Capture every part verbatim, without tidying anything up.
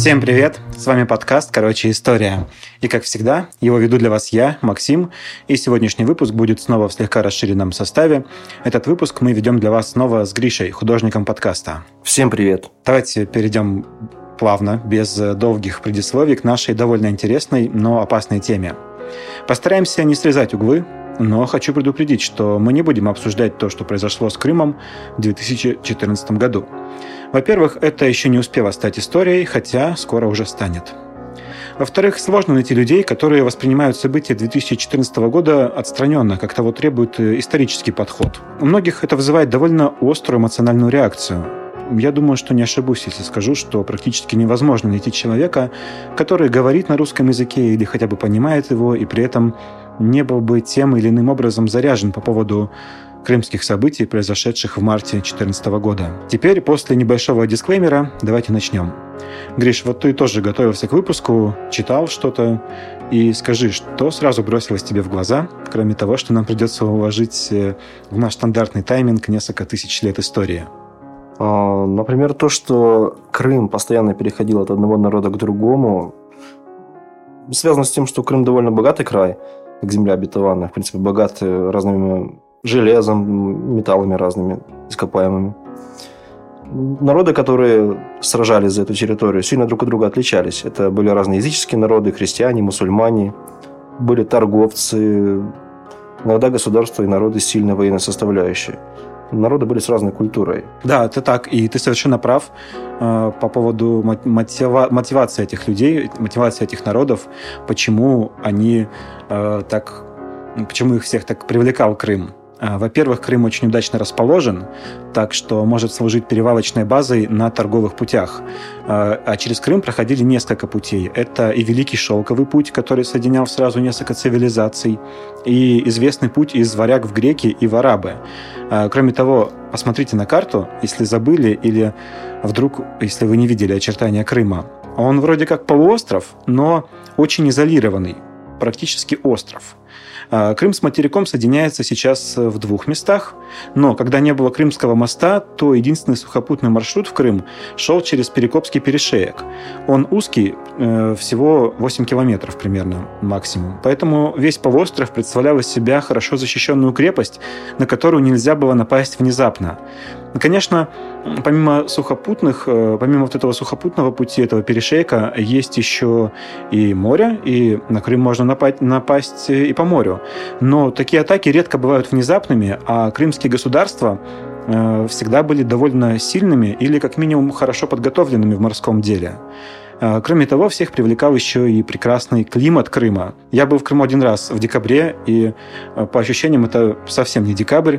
Всем привет! С вами подкаст «Короче, история». И, как всегда, его веду для вас я, Максим. И сегодняшний выпуск будет снова в слегка расширенном составе. Этот выпуск мы ведем для вас снова с Гришей, художником подкаста. Всем привет! Давайте перейдем плавно, без долгих предисловий, к нашей довольно интересной, но опасной теме. Постараемся не срезать углы, но хочу предупредить, что мы не будем обсуждать то, что произошло с Крымом в две тысячи четырнадцатом году. Во-первых, это еще не успело стать историей, хотя скоро уже станет. Во-вторых, сложно найти людей, которые воспринимают события две тысячи четырнадцатого года отстраненно, как того требует исторический подход. У многих это вызывает довольно острую эмоциональную реакцию. Я думаю, что не ошибусь, если скажу, что практически невозможно найти человека, который говорит на русском языке или хотя бы понимает его, и при этом не был бы тем или иным образом заряжен по поводу крымских событий, произошедших в марте две тысячи четырнадцатого года. Теперь, после небольшого дисклеймера, давайте начнем. Гриш, вот ты тоже готовился к выпуску, читал что-то, и скажи, что сразу бросилось тебе в глаза, кроме того, что нам придется уложить в наш стандартный тайминг несколько тысяч лет истории? Например, то, что Крым постоянно переходил от одного народа к другому, связано с тем, что Крым довольно богатый край, как земля обетованная, в принципе, богат разными железом, металлами разными, ископаемыми. Народы, которые сражались за эту территорию, сильно друг от друга отличались. Это были разные языческие народы, христиане, мусульмане, были торговцы, иногда государства и народы с сильной военной составляющей. Народы были с разной культурой. Да, это так, и ты совершенно прав э, по поводу мотива- мотивации этих людей, мотивации этих народов, почему они э, так, почему их всех так привлекал Крым. Во-первых, Крым очень удачно расположен, так что может служить перевалочной базой на торговых путях. А через Крым проходили несколько путей. Это и Великий Шелковый путь, который соединял сразу несколько цивилизаций, и известный путь из варяг в греки и в арабы. Кроме того, посмотрите на карту, если забыли или вдруг, если вы не видели очертания Крыма. Он вроде как полуостров, но очень изолированный, практически остров. Крым с материком соединяется сейчас в двух местах, но когда не было Крымского моста, то единственный сухопутный маршрут в Крым шел через Перекопский перешеек. Он узкий, всего восемь километров примерно максимум. Поэтому весь полуостров представлял из себя хорошо защищенную крепость, на которую нельзя было напасть внезапно. Конечно, помимо сухопутных, помимо вот этого сухопутного пути, этого перешейка, есть еще и море, и на Крым можно напасть, напасть и по морю. Но такие атаки редко бывают внезапными, а крымские государства всегда были довольно сильными или как минимум хорошо подготовленными в морском деле. Кроме того, всех привлекал еще и прекрасный климат Крыма. Я был в Крыму один раз в декабре, и по ощущениям это совсем не декабрь.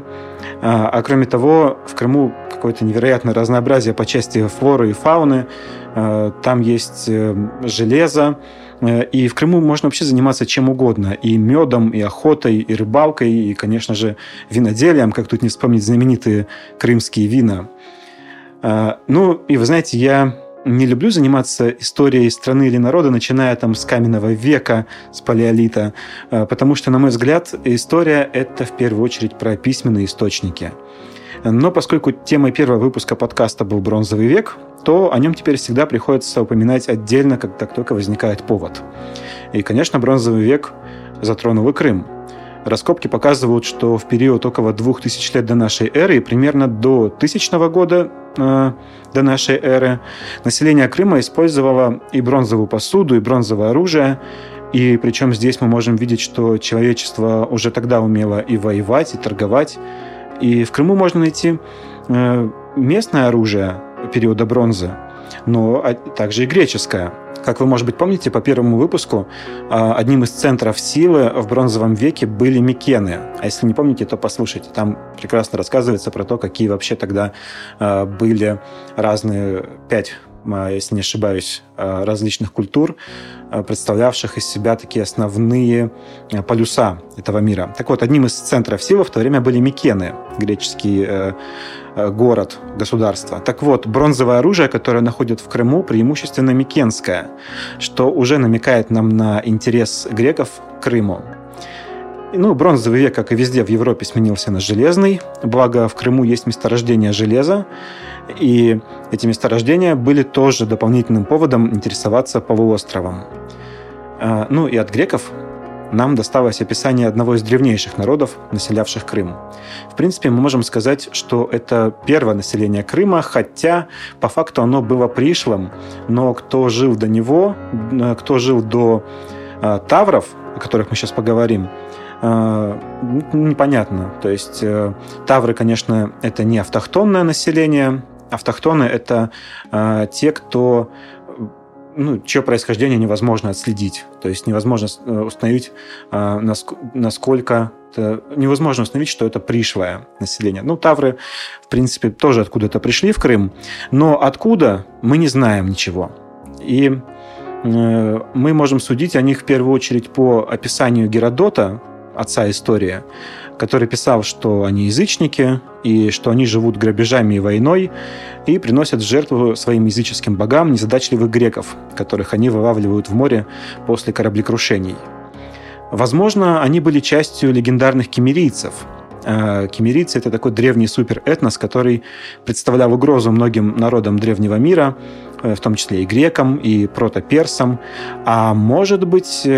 А кроме того, в Крыму какое-то невероятное разнообразие по части флоры и фауны. Там есть железо, и в Крыму можно вообще заниматься чем угодно. И медом, и охотой, и рыбалкой, и, конечно же, виноделием, как тут не вспомнить знаменитые крымские вина. Ну, и вы знаете, я не люблю заниматься историей страны или народа, начиная там с каменного века, с палеолита, потому что, на мой взгляд, история – это в первую очередь про письменные источники. Но поскольку темой первого выпуска подкаста был бронзовый век, то о нем теперь всегда приходится упоминать отдельно, как только возникает повод. И, конечно, бронзовый век затронул и Крым. Раскопки показывают, что в период около двух тысяч лет до нашей эры и примерно до тысячного года э, до нашей эры население Крыма использовало и бронзовую посуду, и бронзовое оружие. И причем здесь мы можем видеть, что человечество уже тогда умело и воевать, и торговать. И в Крыму можно найти э, местное оружие периода бронзы, но также и греческое. Как вы, может быть, помните, по первому выпуску одним из центров силы в бронзовом веке были Микены. А если не помните, то послушайте. Там прекрасно рассказывается про то, какие вообще тогда были разные пять, если не ошибаюсь, различных культур, представлявших из себя такие основные полюса этого мира. Так вот, одним из центров силы в то время были Микены, греческий город, государство. Так вот, бронзовое оружие, которое находят в Крыму, преимущественно микенское, что уже намекает нам на интерес греков к Крыму. Ну, бронзовый век, как и везде в Европе, сменился на железный. Благо, в Крыму есть месторождение железа. И эти месторождения были тоже дополнительным поводом интересоваться полуостровом. Ну и от греков нам досталось описание одного из древнейших народов, населявших Крым. В принципе, мы можем сказать, что это первое население Крыма, хотя по факту оно было пришлым, но кто жил до него, кто жил до э, тавров, о которых мы сейчас поговорим, э, непонятно. То есть э, тавры, конечно, это не автохтонное население. Автохтоны – это э, те, кто... ну, чье происхождение невозможно отследить. То есть невозможно установить, насколько... Невозможно установить, что это пришлое население. Ну, тавры, в принципе, тоже откуда-то пришли в Крым, но откуда, мы не знаем ничего. И мы можем судить о них в первую очередь по описанию Геродота, отца истории, который писал, что они язычники, и что они живут грабежами и войной, и приносят в жертву своим языческим богам незадачливых греков, которых они вылавливают в море после кораблекрушений. Возможно, они были частью легендарных киммерийцев. Киммерийцы – это такой древний суперэтнос, который представлял угрозу многим народам древнего мира, в том числе и грекам, и протоперсам. А может быть...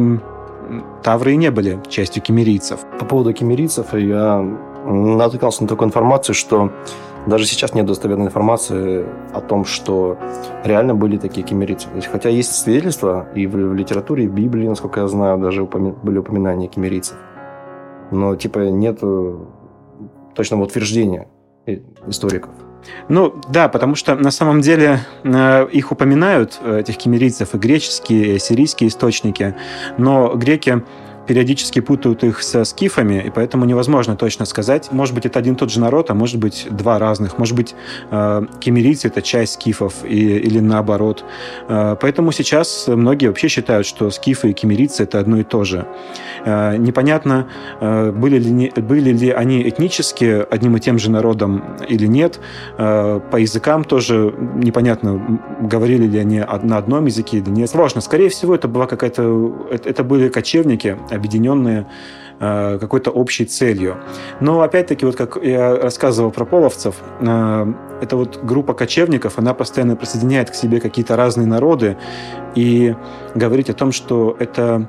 тавры и не были частью киммерийцев. По поводу киммерийцев я натыкался на такую информацию, что даже сейчас нет достоверной информации о том, что реально были такие киммерийцы. То есть, хотя есть свидетельства и в, в литературе, и в Библии, насколько я знаю, даже упоми- были упоминания киммерийцев. Но типа нет точного утверждения историков. Ну, да, потому что на самом деле э, их упоминают, этих киммерийцев, и греческие, и ассирийские источники, но греки периодически путают их со скифами, и поэтому невозможно точно сказать. Может быть, это один и тот же народ, а может быть, два разных. Может быть, э, киммерийцы – это часть скифов, и, или наоборот. Э, поэтому сейчас многие вообще считают, что скифы и киммерийцы – это одно и то же. Э, непонятно, э, были ли, были ли они этнически одним и тем же народом или нет. Э, по языкам тоже непонятно, говорили ли они на одном языке или нет. Сложно. Скорее всего, это была какая-то... Это были кочевники, объединенные э, какой-то общей целью. Но, опять-таки, вот как я рассказывал про половцев, э, эта вот группа кочевников, она постоянно присоединяет к себе какие-то разные народы, и говорить о том, что это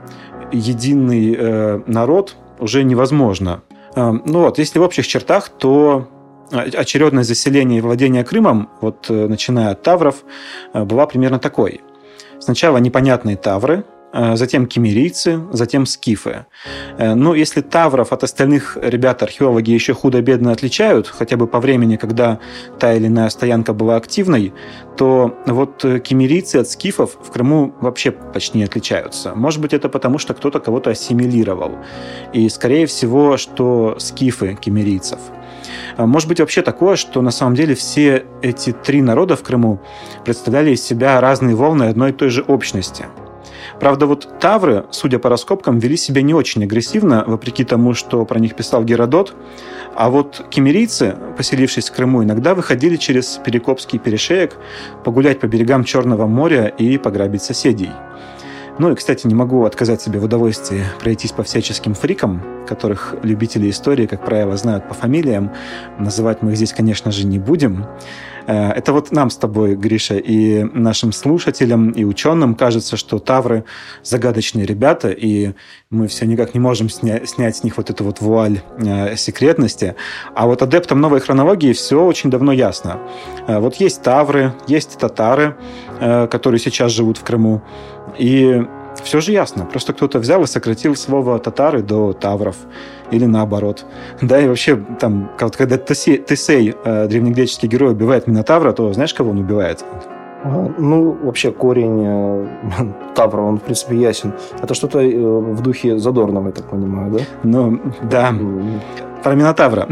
единый э, народ, уже невозможно. Э, ну вот, если в общих чертах, то очередность заселения и владения Крымом, вот э, начиная от тавров, э, была примерно такой. Сначала непонятные тавры, затем киммерийцы, затем скифы. Ну, если тавров от остальных ребят археологи еще худо-бедно отличают, хотя бы по времени, когда та или иная стоянка была активной, то вот киммерийцы от скифов в Крыму вообще почти не отличаются. Может быть, это потому, что кто-то кого-то ассимилировал. И, скорее всего, что скифы киммерийцев. Может быть вообще такое, что на самом деле все эти три народа в Крыму представляли из себя разные волны одной и той же общности. Правда, вот тавры, судя по раскопкам, вели себя не очень агрессивно, вопреки тому, что про них писал Геродот. А вот киммерийцы, поселившись в Крыму, иногда выходили через Перекопский перешеек погулять по берегам Черного моря и пограбить соседей. Ну и, кстати, не могу отказать себе в удовольствии пройтись по всяческим фрикам, которых любители истории, как правило, знают по фамилиям. Называть мы их здесь, конечно же, не будем. Это вот нам с тобой, Гриша, и нашим слушателям, и ученым кажется, что тавры загадочные ребята, и мы все никак не можем сня- снять с них вот эту вот вуаль э, секретности. А вот адептам новой хронологии все очень давно ясно. Э, вот есть тавры, есть татары, э, которые сейчас живут в Крыму, и все же ясно. Просто кто-то взял и сократил слово татары до тавров. Или наоборот. Да, и вообще, там, когда Тесей, Тесей древнегреческий герой, убивает Минотавра, то знаешь, кого он убивает? Ну, вообще, корень э, Тавра, он, в принципе, ясен. Это что-то э, в духе Задорнова, я так понимаю, да? Ну, да. Mm. Про Минотавра.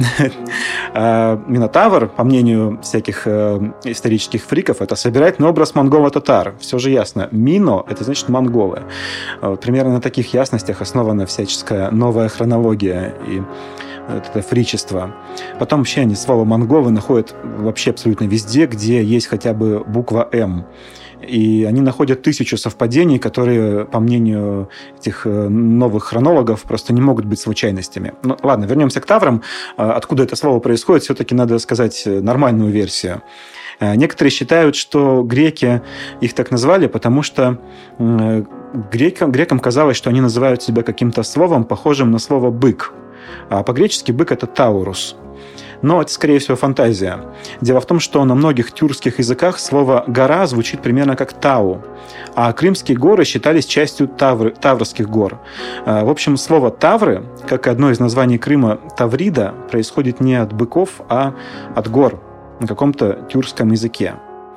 Минотавр, по мнению всяких э, исторических фриков, это собирательный образ монголо-татар. Все же ясно. Мино – это значит монголы. Вот, примерно на таких ясностях основана всяческая новая хронология и это фричество. Потом вообще они слово «монголы» находят вообще абсолютно везде, где есть хотя бы буква «М». И они находят тысячу совпадений, которые, по мнению этих новых хронологов, просто не могут быть случайностями. Ну, ладно, вернемся к таврам. Откуда это слово происходит, все-таки надо сказать нормальную версию. Некоторые считают, что греки их так назвали, потому что грекам, грекам казалось, что они называют себя каким-то словом, похожим на слово «бык». А по-гречески «бык» — это «таурус». Но это, скорее всего, фантазия. Дело в том, что на многих тюркских языках слово «гора» звучит примерно как «тау», а крымские горы считались частью Тавры, Таврских гор. В общем, слово «тавры», как и одно из названий Крыма «таврида», происходит не от быков, а от гор на каком-то тюркском языке.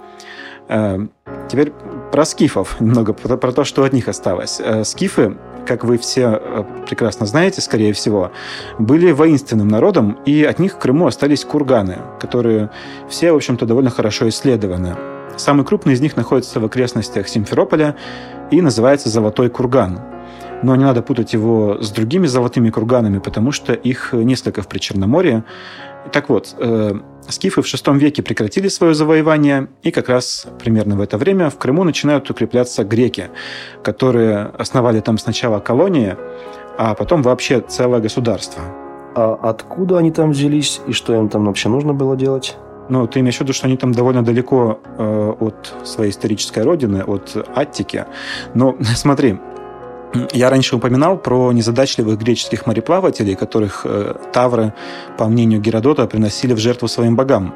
Теперь про скифов немного, про, про то, что от них осталось. Скифы, как вы все прекрасно знаете, скорее всего, были воинственным народом, и от них в Крыму остались курганы, которые все, в общем-то, довольно хорошо исследованы. Самый крупный из них находится в окрестностях Симферополя и называется Золотой курган. Но не надо путать его с другими золотыми курганами, потому что их несколько в Причерноморье. Так вот, э, скифы в шестом веке прекратили свое завоевание, и как раз примерно в это время в Крыму начинают укрепляться греки, которые основали там сначала колонии, а потом вообще целое государство. А откуда они там взялись, и что им там вообще нужно было делать? Ну, ты имеешь в виду, что они там довольно далеко э, от своей исторической родины, от Аттики. Но смотри, я раньше упоминал про незадачливых греческих мореплавателей, которых э, тавры, по мнению Геродота, приносили в жертву своим богам.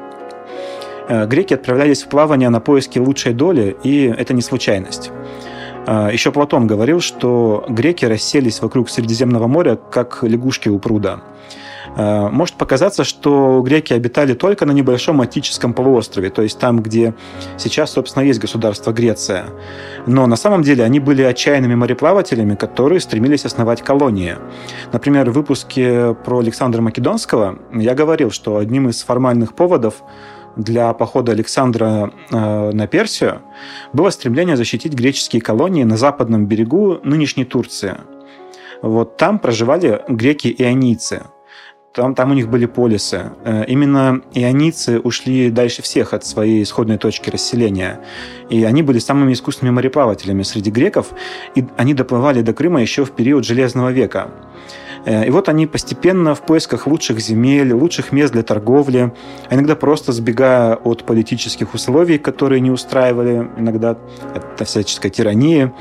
Э, греки отправлялись в плавание на поиски лучшей доли, и это не случайность. Э, еще Платон говорил, что греки расселись вокруг Средиземного моря, как лягушки у пруда. Может показаться, что греки обитали только на небольшом Аттическом полуострове, то есть там, где сейчас, собственно, есть государство Греция. Но на самом деле они были отчаянными мореплавателями, которые стремились основать колонии. Например, в выпуске про Александра Македонского я говорил, что одним из формальных поводов для похода Александра э, на Персию было стремление защитить греческие колонии на западном берегу нынешней Турции. Вот там проживали греки-ионийцы. Там, там у них были полисы. Именно ионийцы ушли дальше всех от своей исходной точки расселения. И они были самыми искусными мореплавателями среди греков, и они доплывали до Крыма еще в период Железного века. И вот они постепенно в поисках лучших земель, лучших мест для торговли, а иногда просто сбегая от политических условий, которые не устраивали, иногда от всяческой тирании.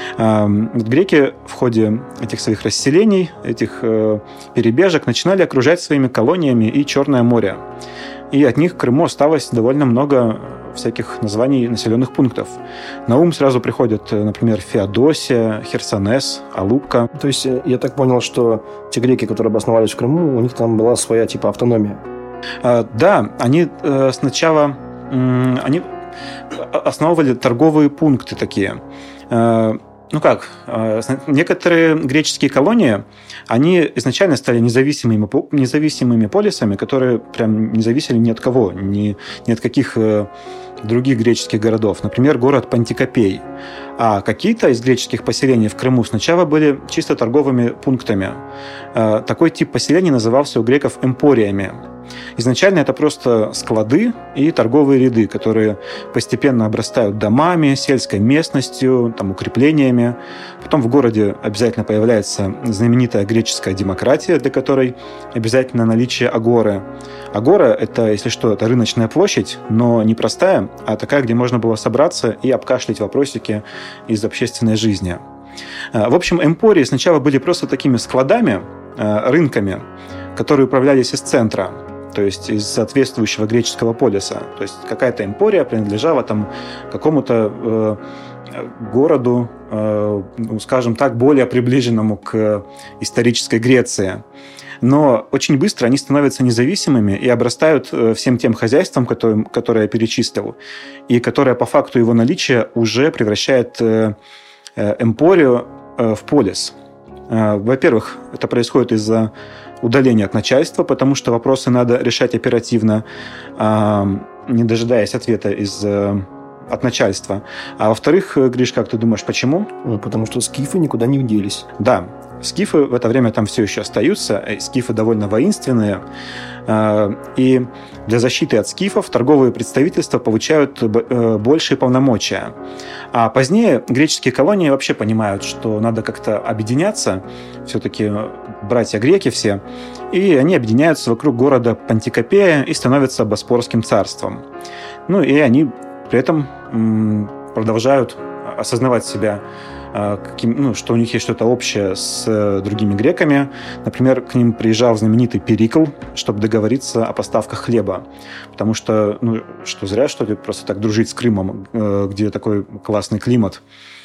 Греки в ходе этих своих расселений, этих перебежек начинали окружать своими колониями и Черное море. И от них в Крыму осталось довольно много всяких названий населенных пунктов. На ум сразу приходят, например, Феодосия, Херсонес, Алупка. То есть я так понял, что те греки, которые обосновались в Крыму, у них там была своя типа автономия? А, да, они э, сначала э, они основывали торговые пункты такие. Э, Ну как, некоторые греческие колонии, они изначально стали независимыми, независимыми полисами, которые прям не зависели ни от кого, ни, ни от каких других греческих городов. Например, город Пантикопей. А какие-то из греческих поселений в Крыму сначала были чисто торговыми пунктами. Такой тип поселений назывался у греков эмпориями. Изначально это просто склады и торговые ряды, которые постепенно обрастают домами, сельской местностью, там, укреплениями. Потом в городе обязательно появляется знаменитая греческая демократия, для которой обязательно наличие агоры. Агора – это, если что, это рыночная площадь, но не простая, а такая, где можно было собраться и обкашлять вопросики из общественной жизни. В общем, эмпории сначала были просто такими складами, рынками, которые управлялись из центра, то есть из соответствующего греческого полиса. То есть какая-то эмпория принадлежала там какому-то э, городу, э, ну, скажем так, более приближенному к исторической Греции. Но очень быстро они становятся независимыми и обрастают всем тем хозяйством, которое, которое я перечислил, и которое по факту его наличия уже превращает эмпорию в полис. Во-первых, это происходит из-за удаления от начальства, потому что вопросы надо решать оперативно, не дожидаясь ответа из от начальства. А во-вторых, Гриш, как ты думаешь, почему? Ну, потому что скифы никуда не делись. Да, скифы в это время там все еще остаются. Скифы довольно воинственные. И для защиты от скифов торговые представительства получают большие полномочия. А позднее греческие колонии вообще понимают, что надо как-то объединяться. Все-таки братья-греки все. И они объединяются вокруг города Пантикопея и становятся Боспорским царством. Ну и они при этом продолжают осознавать себя, каким, ну, что у них есть что-то общее с другими греками. Например, к ним приезжал знаменитый Перикл, чтобы договориться о поставках хлеба. Потому что, ну, что зря, что ли, просто так дружить с Крымом, где такой классный климат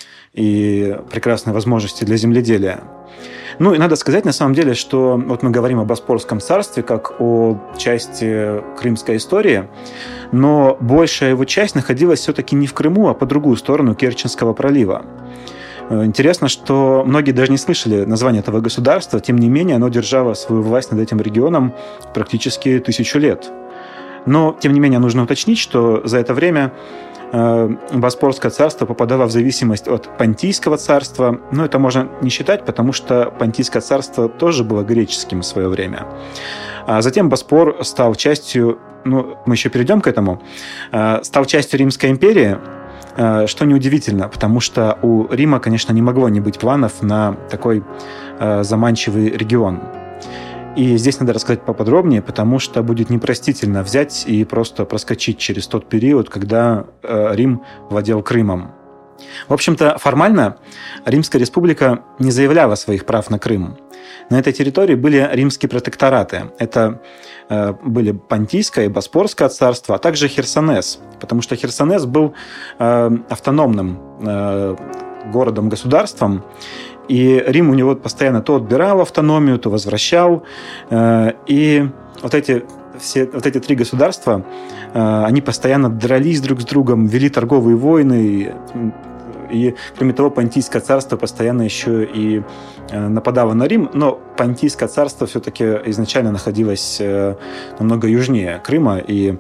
и прекрасные возможности для земледелия. Ну, и надо сказать, на самом деле, что вот мы говорим о Боспорском царстве как о части крымской истории, но большая его часть находилась все-таки не в Крыму, а по другую сторону Керченского пролива. Интересно, что многие даже не слышали названия этого государства, тем не менее оно держало свою власть над этим регионом практически тысячу лет. Но, тем не менее, нужно уточнить, что за это время Боспорское царство попадало в зависимость от Понтийского царства. Но это можно не считать, потому что Понтийское царство тоже было греческим в свое время. А затем Боспор стал частью, ну, мы еще перейдем к этому, стал частью Римской империи, что неудивительно, потому что у Рима, конечно, не могло не быть планов на такой заманчивый регион. И здесь надо рассказать поподробнее, потому что будет непростительно взять и просто проскочить через тот период, когда Рим владел Крымом. В общем-то, формально Римская республика не заявляла своих прав на Крым. На этой территории были римские протектораты. Это э, были Понтийское и Боспорское царство, а также Херсонес, потому что Херсонес был э, автономным э, городом-государством, и Рим у него постоянно то отбирал автономию, то возвращал. Э, и вот эти, все, вот эти три государства, э, они постоянно дрались друг с другом, вели торговые войны. И, кроме того, Понтийское царство постоянно еще и нападало на Рим, но Понтийское царство все-таки изначально находилось намного южнее Крыма, и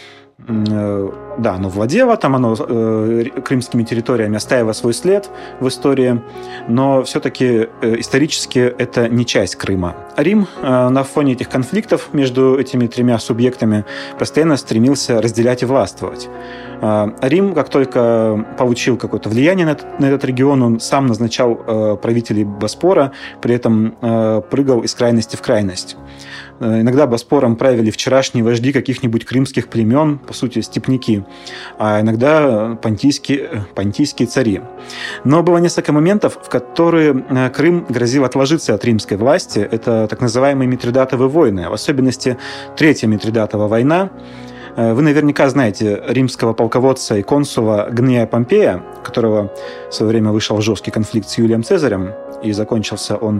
да, оно владело, там оно крымскими территориями оставило свой след в истории, но все-таки исторически это не часть Крыма. Рим на фоне этих конфликтов между этими тремя субъектами постоянно стремился разделять и властвовать. Рим, как только получил какое-то влияние на этот, на этот регион, он сам назначал э, правителей Боспора, при этом э, прыгал из крайности в крайность. Э, иногда Боспором правили вчерашние вожди каких-нибудь крымских племен, по сути, степняки, а иногда понтийские, понтийские цари. Но было несколько моментов, в которые Крым грозил отложиться от римской власти. Это так называемые Митридатовы войны, в особенности Третья Митридатова война. Вы наверняка знаете римского полководца и консула Гния Помпея, которого в свое время вышел жесткий конфликт с Юлием Цезарем, и закончился он,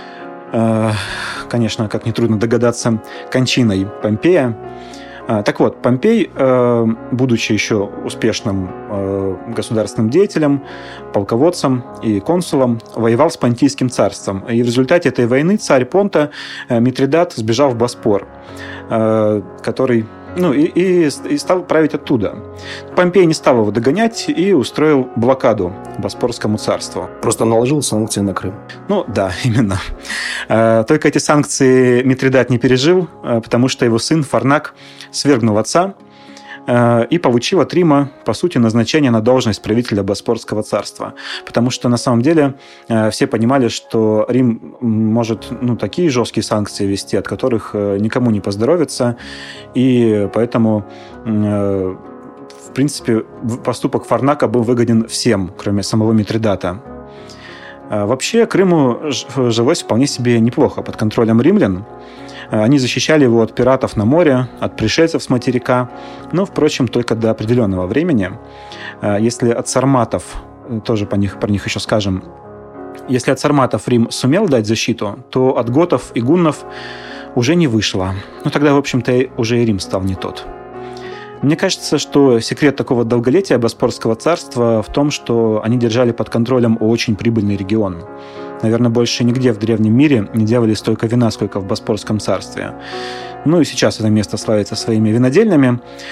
конечно, как нетрудно догадаться, кончиной Помпея. Так вот, Помпей, будучи еще успешным государственным деятелем, полководцем и консулом, воевал с Понтийским царством. И в результате этой войны царь Понта Митридат сбежал в Боспор, который... Ну, и, и, и стал править оттуда. Помпей не стал его догонять и устроил блокаду Боспорскому царству. Просто наложил санкции на Крым. Ну, да, именно. Только эти санкции Митридат не пережил, потому что его сын Фарнак свергнул отца и получил от Рима, по сути, назначение на должность правителя Боспорского царства. Потому что, на самом деле, все понимали, что Рим может, ну, такие жесткие санкции вести, от которых никому не поздоровится. И поэтому, в принципе, поступок Фарнака был выгоден всем, кроме самого Митридата. Вообще, Крыму жилось вполне себе неплохо под контролем римлян. Они защищали его от пиратов на море, от пришельцев с материка, но, впрочем, только до определенного времени. Если от сарматов, тоже по них, про них еще скажем, если от сарматов Рим сумел дать защиту, то от готов и гуннов уже не вышло. Ну, тогда, в общем-то, уже и Рим стал не тот. Мне кажется, что секрет такого долголетия Боспорского царства в том, что они держали под контролем очень прибыльный регион. Наверное, больше нигде в древнем мире не делали столько вина, сколько в Боспорском царстве. Ну и сейчас это место славится своими винодельнями.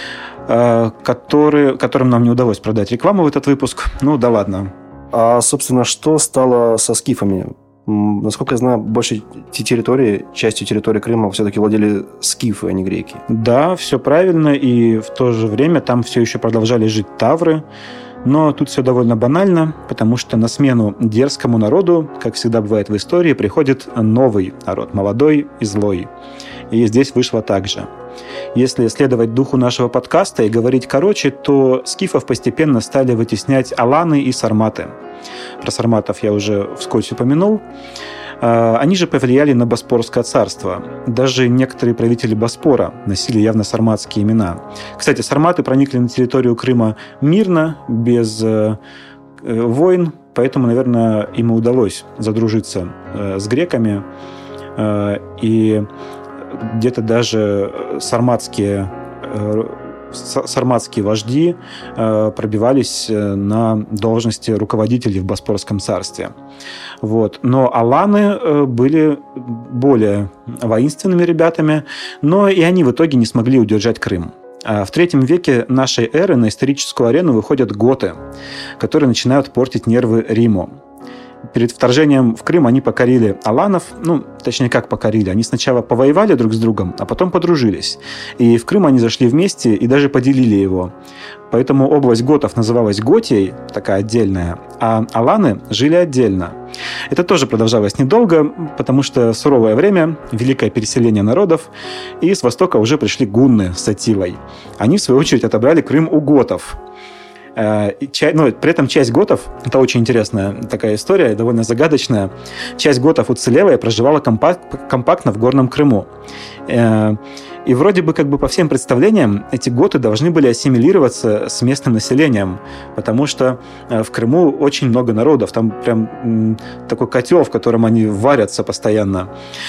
которые, которым нам не удалось продать рекламу в этот выпуск. Ну да ладно. А, собственно, что стало со скифами? Насколько я знаю, большей территории, частью территории Крыма все-таки владели скифы, а не греки. Да, все правильно, и в то же время там все еще продолжали жить тавры. Но тут все довольно банально, потому что на смену дерзкому народу, как всегда бывает в истории, приходит новый народ, молодой и злой. И здесь вышло так же. Если следовать духу нашего подкаста и говорить короче, то скифов постепенно стали вытеснять аланы и сарматы. Про сарматов я уже вскользь упомянул. Они же повлияли на Боспорское царство. Даже некоторые правители Боспора носили явно сарматские имена. Кстати, сарматы проникли на территорию Крыма мирно, без войн, поэтому, наверное, им и удалось задружиться с греками. И где-то даже сарматские, сарматские вожди пробивались на должности руководителей в Боспорском царстве. Вот. Но аланы были более воинственными ребятами, но и они в итоге не смогли удержать Крым. В третьем веке нашей эры на историческую арену выходят готы, которые начинают портить нервы Риму. Перед вторжением в Крым они покорили аланов, ну, точнее, как покорили. Они сначала повоевали друг с другом, а потом подружились. И в Крым они зашли вместе и даже поделили его. Поэтому область готов называлась Готией, такая отдельная, а аланы жили отдельно. Это тоже продолжалось недолго, потому что суровое время, великое переселение народов, и с востока уже пришли гунны с Аттилой. Они, в свою очередь, отобрали Крым у готов. Но при этом часть готов, это очень интересная такая история, довольно загадочная, часть готов уцелела и проживала компак- компактно в Горном Крыму. И вроде бы как бы по всем представлениям эти готы должны были ассимилироваться с местным населением, потому что в Крыму очень много народов, там прям такой котел, в котором они варятся постоянно.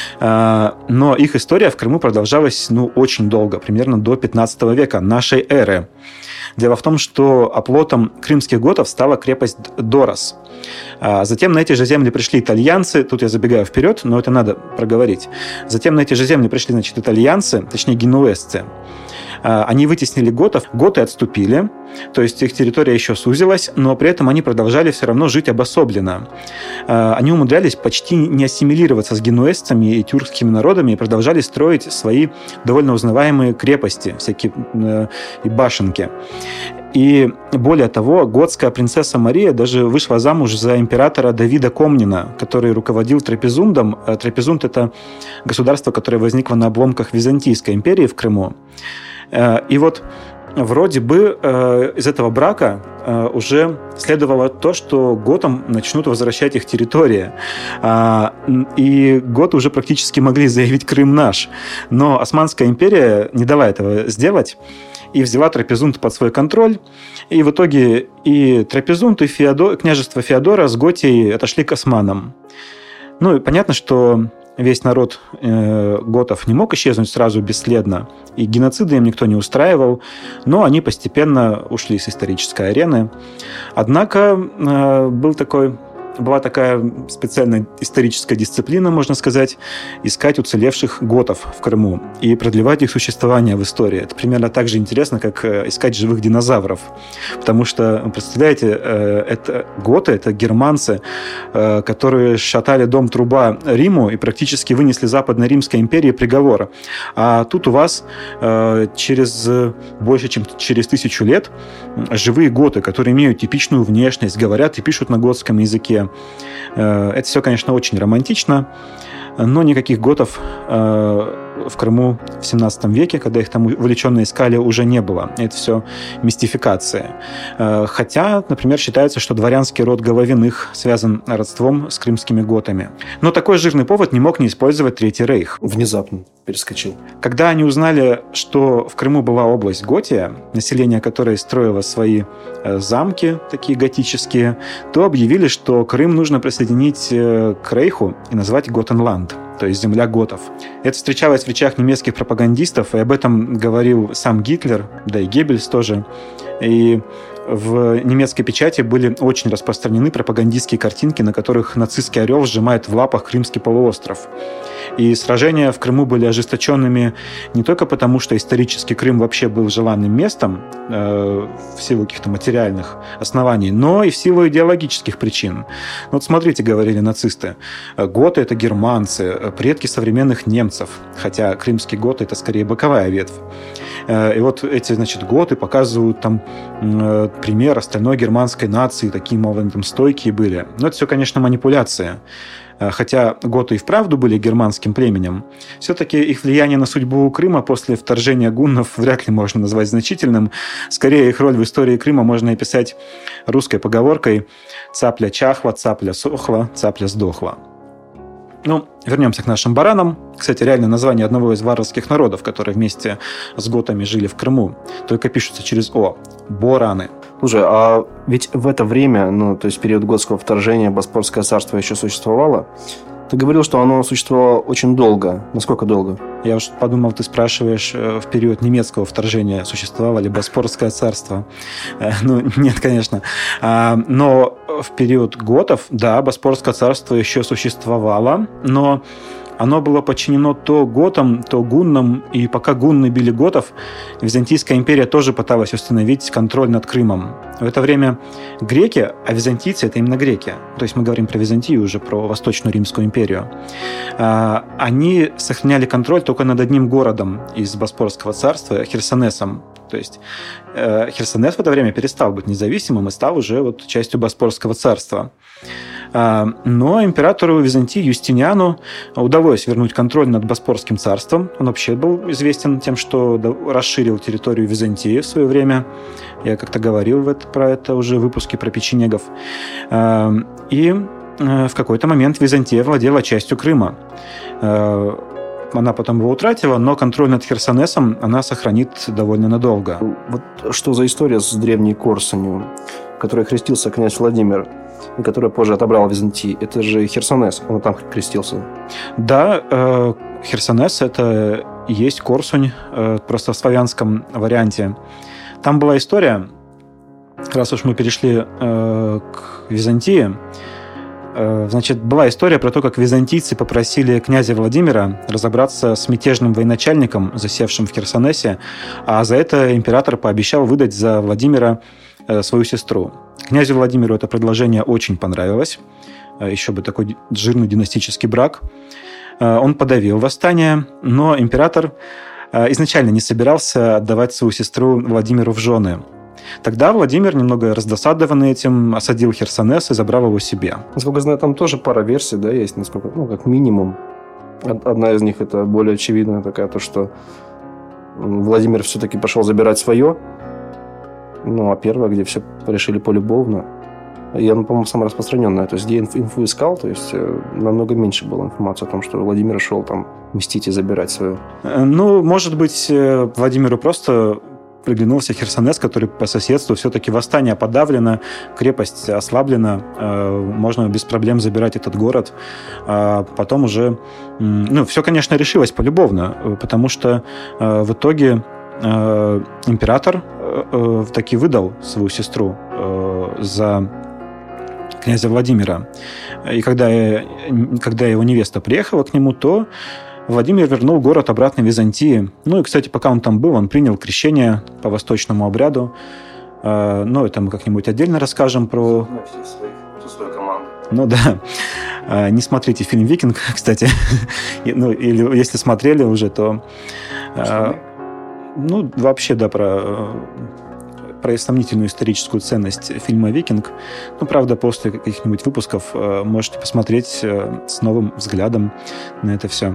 Но их история в Крыму продолжалась ну, очень долго, примерно до пятнадцатого века нашей эры. Дело в том, что оплотом крымских готов стала крепость Дорос. Затем на эти же земли пришли итальянцы, тут я забегаю вперед, но это надо проговорить. Затем на эти же земли пришли, значит, итальянцы, точнее генуэзцы. Они вытеснили готов, готы отступили, то есть их территория еще сузилась, но при этом они продолжали все равно жить обособленно. Они умудрялись почти не ассимилироваться с генуэзцами и тюркскими народами и продолжали строить свои довольно узнаваемые крепости, всякие и башенки. И более того, готская принцесса Мария даже вышла замуж за императора Давида Комнина, который руководил Трапезундом. Трапезунд – это государство, которое возникло на обломках Византийской империи в Крыму. И вот вроде бы из этого брака уже следовало то, что готам начнут возвращать их территории. И готы уже практически могли заявить «Крым наш». Но Османская империя не дала этого сделать и взяла Трапезунд под свой контроль. И в итоге и Трапезунд, и Феодор, княжество Феодора с Готией отошли к османам. Ну и понятно, что весь народ э, готов не мог исчезнуть сразу бесследно, и геноцида им никто не устраивал, но они постепенно ушли с исторической арены. Однако э, был такой, была такая специальная историческая дисциплина, можно сказать, искать уцелевших готов в Крыму и продлевать их существование в истории. Это примерно так же интересно, как искать живых динозавров. Потому что, представляете, это готы, это германцы, которые шатали дом труба Риму и практически вынесли Западной Римской империи приговор. А тут у вас через больше, чем через тысячу лет живые готы, которые имеют типичную внешность, говорят и пишут на готском языке. Это все, конечно, очень романтично, но никаких готов в Крыму в семнадцатом веке, когда их там увлеченно искали, уже не было. Это все мистификация. Хотя, например, считается, что дворянский род Головиных связан родством с крымскими готами. Но такой жирный повод не мог не использовать Третий рейх. Внезапно перескочил. Когда они узнали, что в Крыму была область Готия, население которой строило свои замки, такие готические, то объявили, что Крым нужно присоединить к рейху и назвать Готенланд, то есть земля готов. Это встречалось в речах немецких пропагандистов, и об этом говорил сам Гитлер, да и Геббельс тоже. И в немецкой печати были очень распространены пропагандистские картинки, на которых нацистский орел сжимает в лапах Крымский полуостров. И сражения в Крыму были ожесточенными не только потому, что исторически Крым вообще был желанным местом э, в силу каких-то материальных оснований, но и в силу идеологических причин. Вот смотрите, говорили нацисты, готы – это германцы, предки современных немцев, хотя крымские готы – это скорее боковая ветвь. И вот эти, значит, готы показывают там э, пример остальной германской нации, такие, мол, они там стойкие были. Но это все, конечно, манипуляция. Хотя готы и вправду были германским племенем, все-таки их влияние на судьбу Крыма после вторжения гуннов вряд ли можно назвать значительным. Скорее, их роль в истории Крыма можно описать русской поговоркой «цапля чахла, цапля сохла, цапля сдохла». Ну, вернемся к нашим баранам. Кстати, реально название одного из варварских народов, которые вместе с готами жили в Крыму, только пишутся через «о» – бораны. Слушай, а ведь в это время, ну, то есть период готского вторжения, Боспорское царство еще существовало. Ты говорил, что оно существовало очень долго. Насколько долго? Я уж подумал, ты спрашиваешь, в период немецкого вторжения существовало ли Боспорское царство. Ну, нет, конечно. Но в период готов, да, Боспорское царство еще существовало, но оно было подчинено то готам, то гуннам, и пока гунны били готов, Византийская империя тоже пыталась установить контроль над Крымом. В это время греки, а византийцы – это именно греки, то есть мы говорим про Византию, уже про Восточную Римскую империю, они сохраняли контроль только над одним городом из Боспорского царства – Херсонесом. То есть Херсонес в это время перестал быть независимым и стал уже вот частью Боспорского царства. Но императору Византии Юстиниану удалось вернуть контроль над Боспорским царством. Он вообще был известен тем, что расширил территорию Византии в свое время. Я как-то говорил про это уже в выпуске про печенегов. И в какой-то момент Византия владела частью Крыма. Она потом его утратила, но контроль над Херсонесом она сохранит довольно надолго. Вот что за история с древней Корсунью, в которой крестился князь Владимир, и который позже отобрал Византии? Это же Херсонес, он там крестился. Да, э, Херсонес – это и есть Корсунь, э, просто в славянском варианте. Там была история, раз уж мы перешли э, к Византии, значит, была история про то, как византийцы попросили князя Владимира разобраться с мятежным военачальником, засевшим в Херсонесе, а за это император пообещал выдать за Владимира свою сестру. Князю Владимиру это предложение очень понравилось. Еще бы такой жирный династический брак. Он подавил восстание, но император изначально не собирался отдавать свою сестру Владимиру в жены. Тогда Владимир, немного раздосадованный этим, осадил Херсонес и забрал его себе. Насколько я знаю, там тоже пара версий, да, есть, насколько, ну, как минимум. Одна из них это более очевидная такая, то, что Владимир все-таки пошел забирать свое. Ну, а первая, где все решили полюбовно. И она, по-моему, самая распространенная. То есть, где инф- инфу искал, то есть, намного меньше было информации о том, что Владимир шел там мстить и забирать свое. Ну, может быть, Владимиру просто приглянулся Херсонес, который по соседству все-таки восстание подавлено, крепость ослаблена, можно без проблем забирать этот город. А потом уже... Ну, все, конечно, решилось полюбовно, потому что в итоге император таки выдал свою сестру за князя Владимира. И когда, когда его невеста приехала к нему, то Владимир вернул город обратно в Византии. Ну и, кстати, пока он там был, он принял крещение по восточному обряду. Но это мы как-нибудь отдельно расскажем про... свою команду. Ну да. Не смотрите фильм «Викинг», кстати. Ну, или если смотрели уже, то... Что? Ну, вообще, да, про... про сомнительную историческую ценность фильма «Викинг». Ну, правда, после каких-нибудь выпусков можете посмотреть с новым взглядом на это все.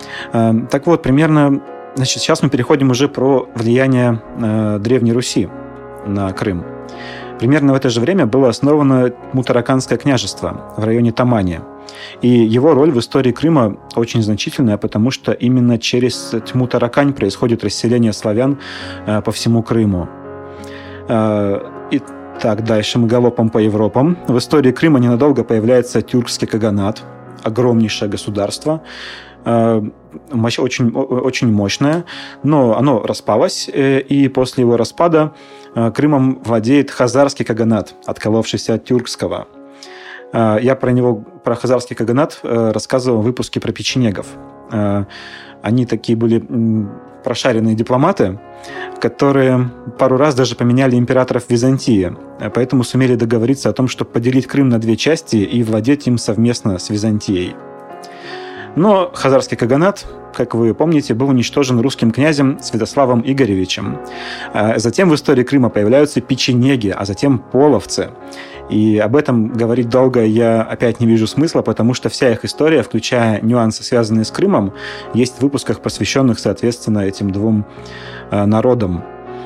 Так вот, примерно... Значит, сейчас мы переходим уже про влияние Древней Руси на Крым. Примерно в это же время было основано Тьму-Тараканское княжество в районе Тамани. И его роль в истории Крыма очень значительная, потому что именно через Тьму-Таракань происходит расселение славян по всему Крыму. И так, дальше мы галопом по Европам. В истории Крыма ненадолго появляется тюркский каганат, огромнейшее государство, очень, очень мощное, но оно распалось, и после его распада Крымом владеет хазарский каганат, отколовшийся от тюркского. Я про него, про хазарский каганат, рассказывал в выпуске про печенегов. Они такие были прошаренные дипломаты, которые пару раз даже поменяли императоров Византии, поэтому сумели договориться о том, чтобы поделить Крым на две части и владеть им совместно с Византией. Но хазарский каганат, как вы помните, был уничтожен русским князем Святославом Игоревичем. Затем в истории Крыма появляются печенеги, а затем половцы. И об этом говорить долго я опять не вижу смысла, потому что вся их история, включая нюансы, связанные с Крымом, есть в выпусках, посвященных, соответственно, этим двум народам.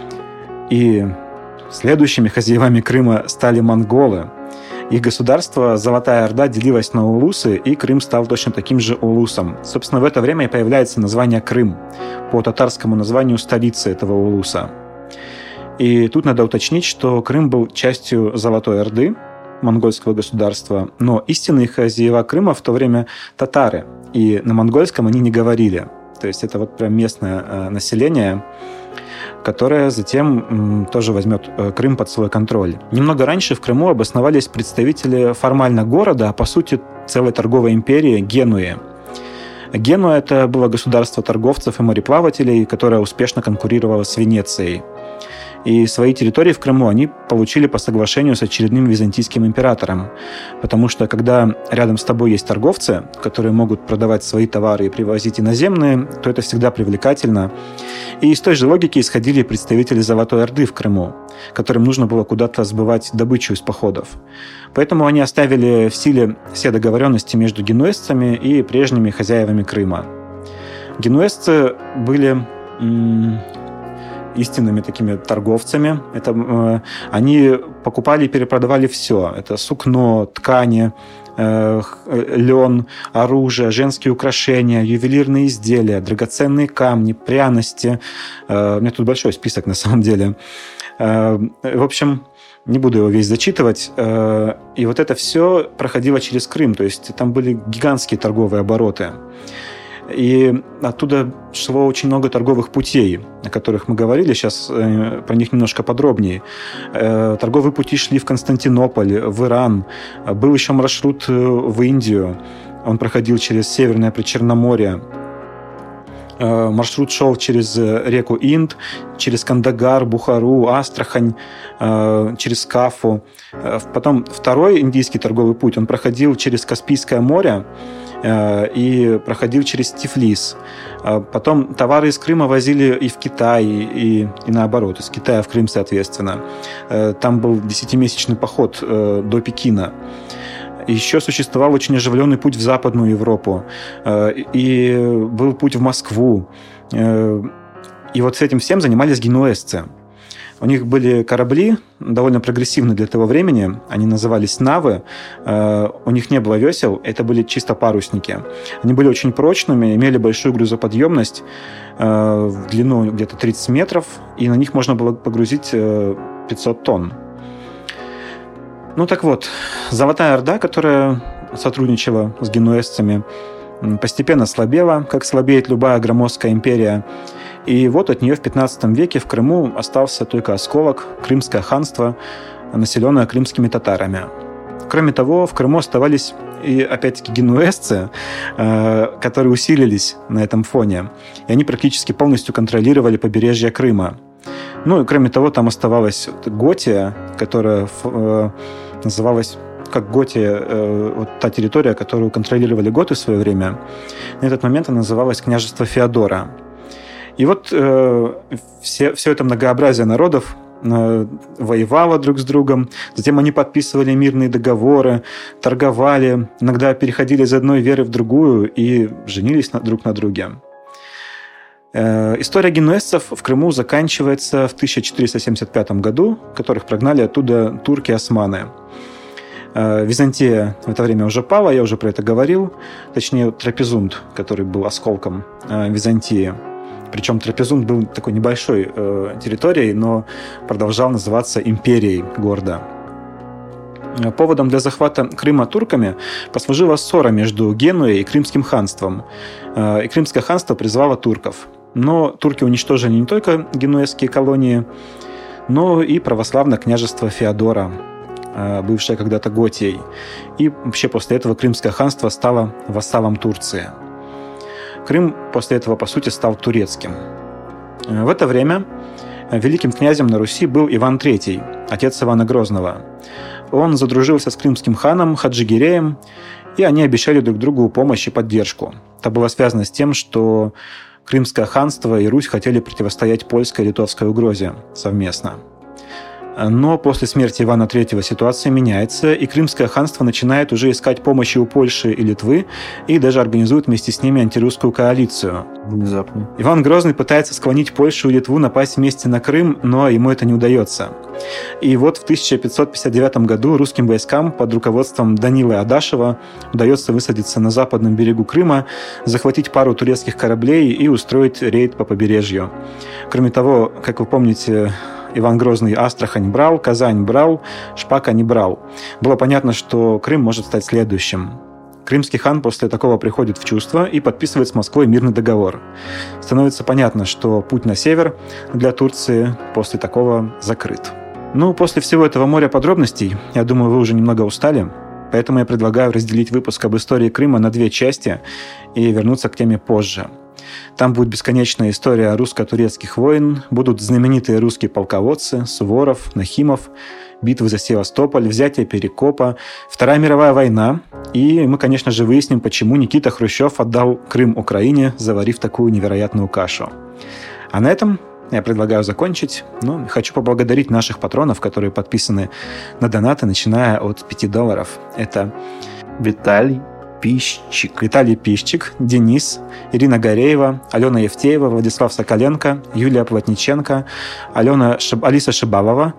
И следующими хозяевами Крыма стали монголы. Их государство Золотая Орда делилось на улусы, и Крым стал точно таким же улусом. Собственно, в это время и появляется название Крым, по татарскому названию столицы этого улуса. И тут надо уточнить, что Крым был частью Золотой Орды, монгольского государства, но истинные хозяева Крыма в то время татары, и на монгольском они не говорили. То есть это вот прям местное население, которое затем тоже возьмет Крым под свой контроль. Немного раньше в Крыму обосновались представители формально города, а по сути целой торговой империи Генуи. Генуя – это было государство торговцев и мореплавателей, которое успешно конкурировало с Венецией. И свои территории в Крыму они получили по соглашению с очередным византийским императором. Потому что когда рядом с тобой есть торговцы, которые могут продавать свои товары и привозить иноземные, то это всегда привлекательно. И из той же логики исходили представители Золотой Орды в Крыму, которым нужно было куда-то сбывать добычу из походов. Поэтому они оставили в силе все договоренности между генуэзцами и прежними хозяевами Крыма. Генуэзцы были м- истинными такими торговцами. Это, э, они покупали и перепродавали все. Это сукно, ткани, э, лен, оружие, женские украшения, ювелирные изделия, драгоценные камни, пряности. Э, у меня тут большой список на самом деле. Э, в общем, не буду его весь зачитывать. Э, и вот это все проходило через Крым. То есть там были гигантские торговые обороты. И оттуда шло очень много торговых путей, о которых мы говорили, сейчас про них немножко подробнее. Торговые пути шли в Константинополь, в Иран. Был еще маршрут в Индию. Он проходил через Северное Причерноморье. Маршрут шел через реку Инд, через Кандагар, Бухару, Астрахань, через Кафу. Потом второй индийский торговый путь, он проходил через Каспийское море и проходил через Тифлис. Потом товары из Крыма возили и в Китай, и, и наоборот, из Китая в Крым, соответственно. Там был десятимесячный поход до Пекина. Еще существовал очень оживленный путь в Западную Европу. И был путь в Москву. И вот с этим всем занимались генуэзцы. У них были корабли, довольно прогрессивные для того времени. Они назывались навы. У них не было весел, это были чисто парусники. Они были очень прочными, имели большую грузоподъемность в длину где-то тридцать метров, и на них можно было погрузить пятьсот тонн. Ну так вот, Золотая Орда, которая сотрудничала с генуэзцами, постепенно слабела, как слабеет любая громоздкая империя. И вот от нее в пятнадцатом веке в Крыму остался только осколок, Крымское ханство, населенное крымскими татарами. Кроме того, в Крыму оставались и, опять-таки, генуэзцы, которые усилились на этом фоне. И они практически полностью контролировали побережье Крыма. Ну и, кроме того, там оставалась Готия, которая называлась как Готия, вот та территория, которую контролировали готы в свое время. На этот момент она называлась княжество Феодора. И вот э, все, все это многообразие народов э, воевало друг с другом, затем они подписывали мирные договоры, торговали, иногда переходили из одной веры в другую и женились на, друг на друге. Э, история генуэзцев в Крыму заканчивается в тысяча четыреста семьдесят пятом году, которых прогнали оттуда турки-османы. Э, Византия в это время уже пала, я уже про это говорил, точнее Трапезунд, который был осколком э, Византии. Причем Трапезунд был такой небольшой э, территорией, но продолжал называться империей гордо. Поводом для захвата Крыма турками послужила ссора между Генуей и Крымским ханством. Э, и Крымское ханство призвало турков. Но турки уничтожили не только генуэзские колонии, но и православное княжество Феодора, бывшее когда-то Готией. И вообще после этого Крымское ханство стало вассалом Турции. Крым после этого, по сути, стал турецким. В это время великим князем на Руси был Иван Третий, отец Ивана Грозного. Он задружился с крымским ханом Хаджигереем, и они обещали друг другу помощь и поддержку. Это было связано с тем, что Крымское ханство и Русь хотели противостоять польской и литовской угрозе совместно. Но после смерти Ивана Третьего ситуация меняется, и Крымское ханство начинает уже искать помощи у Польши и Литвы, и даже организует вместе с ними антирусскую коалицию. Внезапно. Иван Грозный пытается склонить Польшу и Литву напасть вместе на Крым, но ему это не удается. И вот в тысяча пятьсот пятьдесят девятом году русским войскам под руководством Данилы Адашева удается высадиться на западном берегу Крыма, захватить пару турецких кораблей и устроить рейд по побережью. Кроме того, как вы помните, Иван Грозный Астрахань брал, Казань брал, Шпака не брал. Было понятно, что Крым может стать следующим. Крымский хан после такого приходит в чувство и подписывает с Москвой мирный договор. Становится понятно, что путь на север для Турции после такого закрыт. Ну, после всего этого моря подробностей, я думаю, вы уже немного устали, поэтому я предлагаю разделить выпуск об истории Крыма на две части и вернуться к теме позже. Там будет бесконечная история русско-турецких войн, будут знаменитые русские полководцы, Суворов, Нахимов, битвы за Севастополь, взятие Перекопа, Вторая мировая война. И мы, конечно же, выясним, почему Никита Хрущев отдал Крым Украине, заварив такую невероятную кашу. А на этом я предлагаю закончить. Ну, хочу поблагодарить наших патронов, которые подписаны на донаты, начиная от пяти долларов. Это Виталий Пищик. Виталий Пищик, Денис, Ирина Гореева, Алена Евтеева, Владислав Соколенко, Юлия Плотниченко, Алена Шиб... Алиса Шибалова,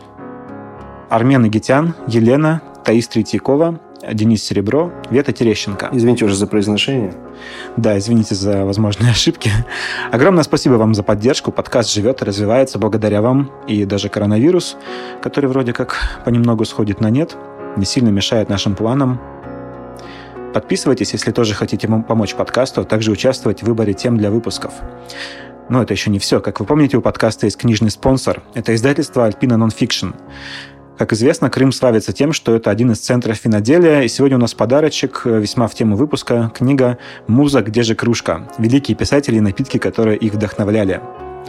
Армен Игитян, Елена, Таис Третьякова, Денис Серебро, Вета Терещенко. Извините уже за произношение. Да, извините за возможные ошибки. Огромное спасибо вам за поддержку. Подкаст живет и развивается благодаря вам. И даже коронавирус, который вроде как понемногу сходит на нет, не сильно мешает нашим планам. Подписывайтесь, если тоже хотите помочь подкасту, а также участвовать в выборе тем для выпусков. Но это еще не все. Как вы помните, у подкаста есть книжный спонсор. Это издательство Alpina Nonfiction. Как известно, Крым славится тем, что это один из центров виноделия. И сегодня у нас подарочек, весьма в тему выпуска, книга «Муза, где же кружка?» Великие писатели и напитки, которые их вдохновляли.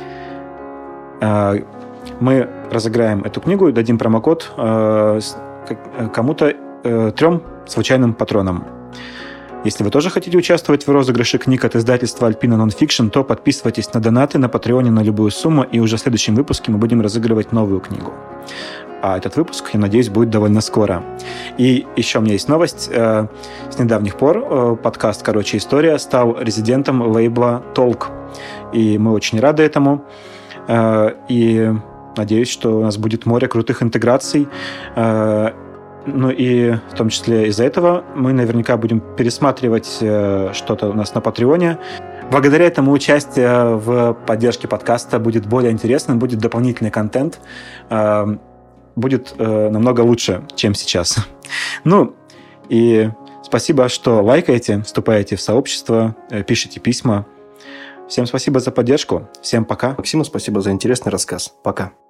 Мы разыграем эту книгу и дадим промокод кому-то, трем случайным патронам. Если вы тоже хотите участвовать в розыгрыше книг от издательства Alpina Nonfiction, то подписывайтесь на донаты на Патреоне на любую сумму, и уже в следующем выпуске мы будем разыгрывать новую книгу. А этот выпуск, я надеюсь, будет довольно скоро. И еще у меня есть новость. С недавних пор подкаст «Короче, история» стал резидентом лейбла Толк. И мы очень рады этому. И надеюсь, что у нас будет море крутых интеграций. Ну и в том числе из-за этого мы наверняка будем пересматривать э, что-то у нас на Патреоне. Благодаря этому участие в поддержке подкаста будет более интересным, будет дополнительный контент, э, будет э, намного лучше, чем сейчас. Ну и спасибо, что лайкаете, вступаете в сообщество, э, пишите письма. Всем спасибо за поддержку. Всем пока. Максиму спасибо за интересный рассказ. Пока.